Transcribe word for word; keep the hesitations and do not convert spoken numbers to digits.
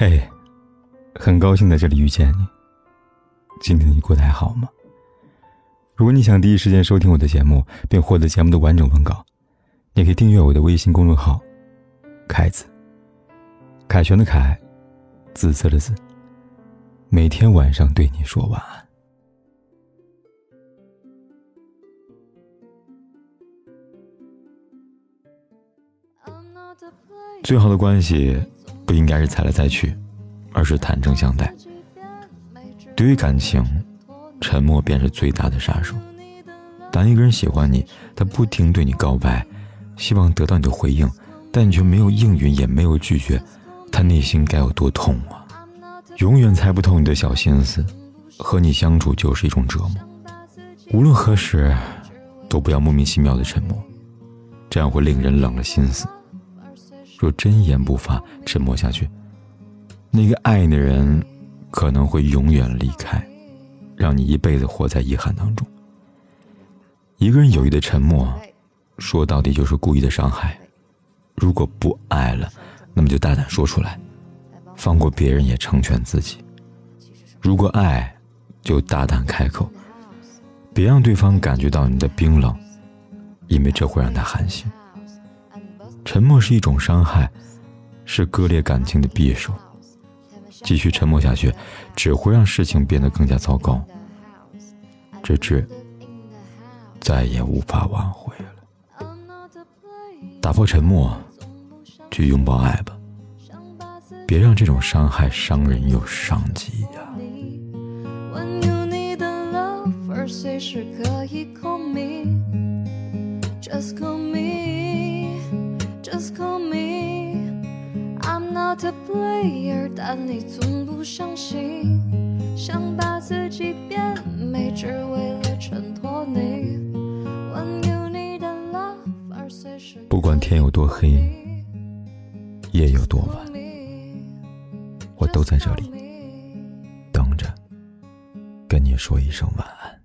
嘿，很高兴在这里遇见你。今天你过得还好吗？如果你想第一时间收听我的节目，并获得节目的完整文稿，你可以订阅我的微信公众号凯子，凯旋的凯，紫色的紫，每天晚上对你说晚安。最好的关系不应该是猜来猜去，而是坦诚相待。对于感情，沉默便是最大的杀手。当一个人喜欢你，他不停对你告白，希望得到你的回应，但你却没有应允，也没有拒绝，他内心该有多痛啊！永远猜不透你的小心思，和你相处就是一种折磨。无论何时，都不要莫名其妙的沉默，这样会令人冷了心思。若真言不发，沉默下去，那个爱你的人可能会永远离开，让你一辈子活在遗憾当中。一个人有意的沉默，说到底就是故意的伤害。如果不爱了，那么就大胆说出来，放过别人也成全自己。如果爱，就大胆开口，别让对方感觉到你的冰冷，因为这会让他寒心。沉默是一种伤害，是割裂感情的匕首。继续沉默下去，只会让事情变得更加糟糕，直至再也无法挽回了。打破沉默，去拥抱爱吧，别让这种伤害伤人又伤己呀。 随时可以 call me, just call me, just call me. I'm not a player, 但你从不相信，想把自己变美，只为了衬托你。When you need a love, 随时不管天有多黑，夜有多晚，我都在这里等着跟你说一声晚安。